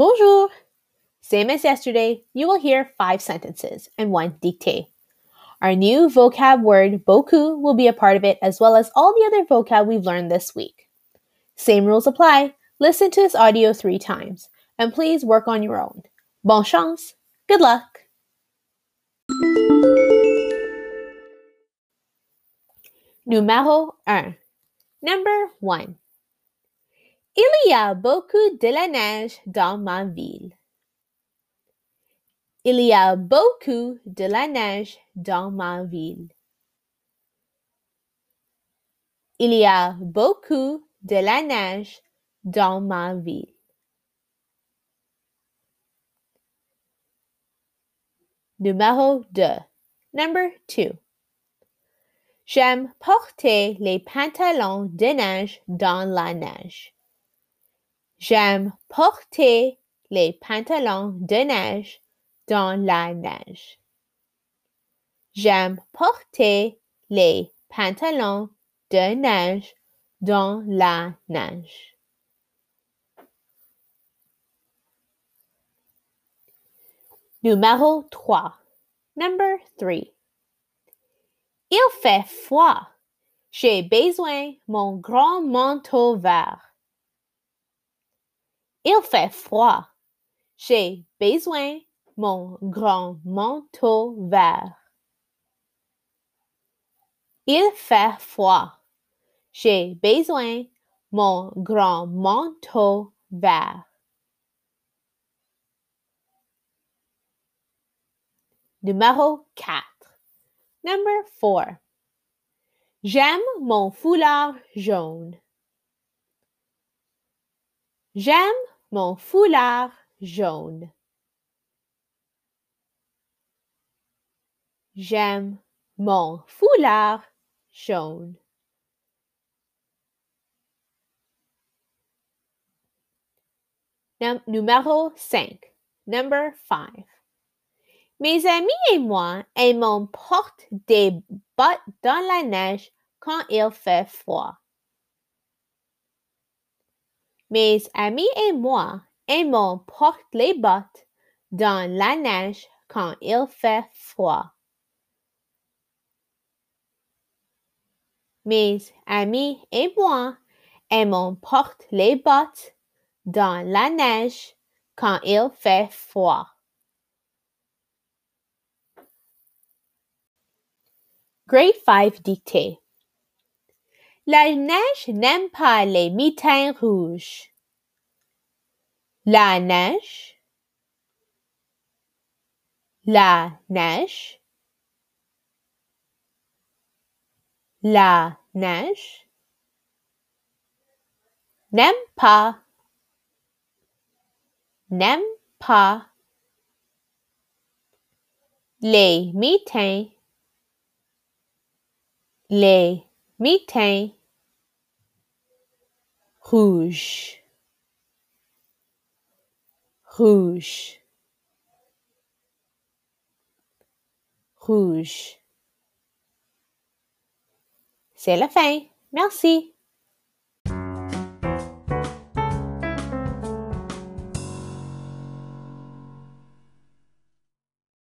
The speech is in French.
Bonjour! Same as yesterday, you will hear 5 sentences and 1 dictée. Our new vocab word, beaucoup, will be a part of it, as well as all the other vocab we've learned this week. Same rules apply. Listen to this audio 3 times, and please work on your own. Bonne chance! Good luck! Numéro 1. Number 1. Il y a beaucoup de la neige dans ma ville. Il y a beaucoup de la neige dans ma ville. Il y a beaucoup de la neige dans ma ville. Numéro 2. Number 2. J'aime porter les pantalons de neige dans la neige. J'aime porter les pantalons de neige dans la neige. J'aime porter les pantalons de neige dans la neige. Numéro 3. Number 3. Il fait froid. J'ai besoin mon grand manteau vert. Il fait froid. J'ai besoin mon grand manteau vert. Il fait froid. J'ai besoin mon grand manteau vert. Numéro 4. Number 4. J'aime mon foulard jaune. J'aime mon foulard jaune. J'aime mon foulard jaune. Numéro 5. Number 5. Mes amis et moi aimons porter des bottes dans la neige quand il fait froid. Mes amis et moi aimons porter les bottes dans la neige quand il fait froid. Mes amis et moi aimons porter les bottes dans la neige quand il fait froid. Grade 5 dictée. La neige n'aime pas les mitaines rouges. La neige. La neige. La neige. N'aime pas. N'aime pas. Les mitaines. Les mitaines rouges. Rouge. Rouge. C'est la fin. Merci.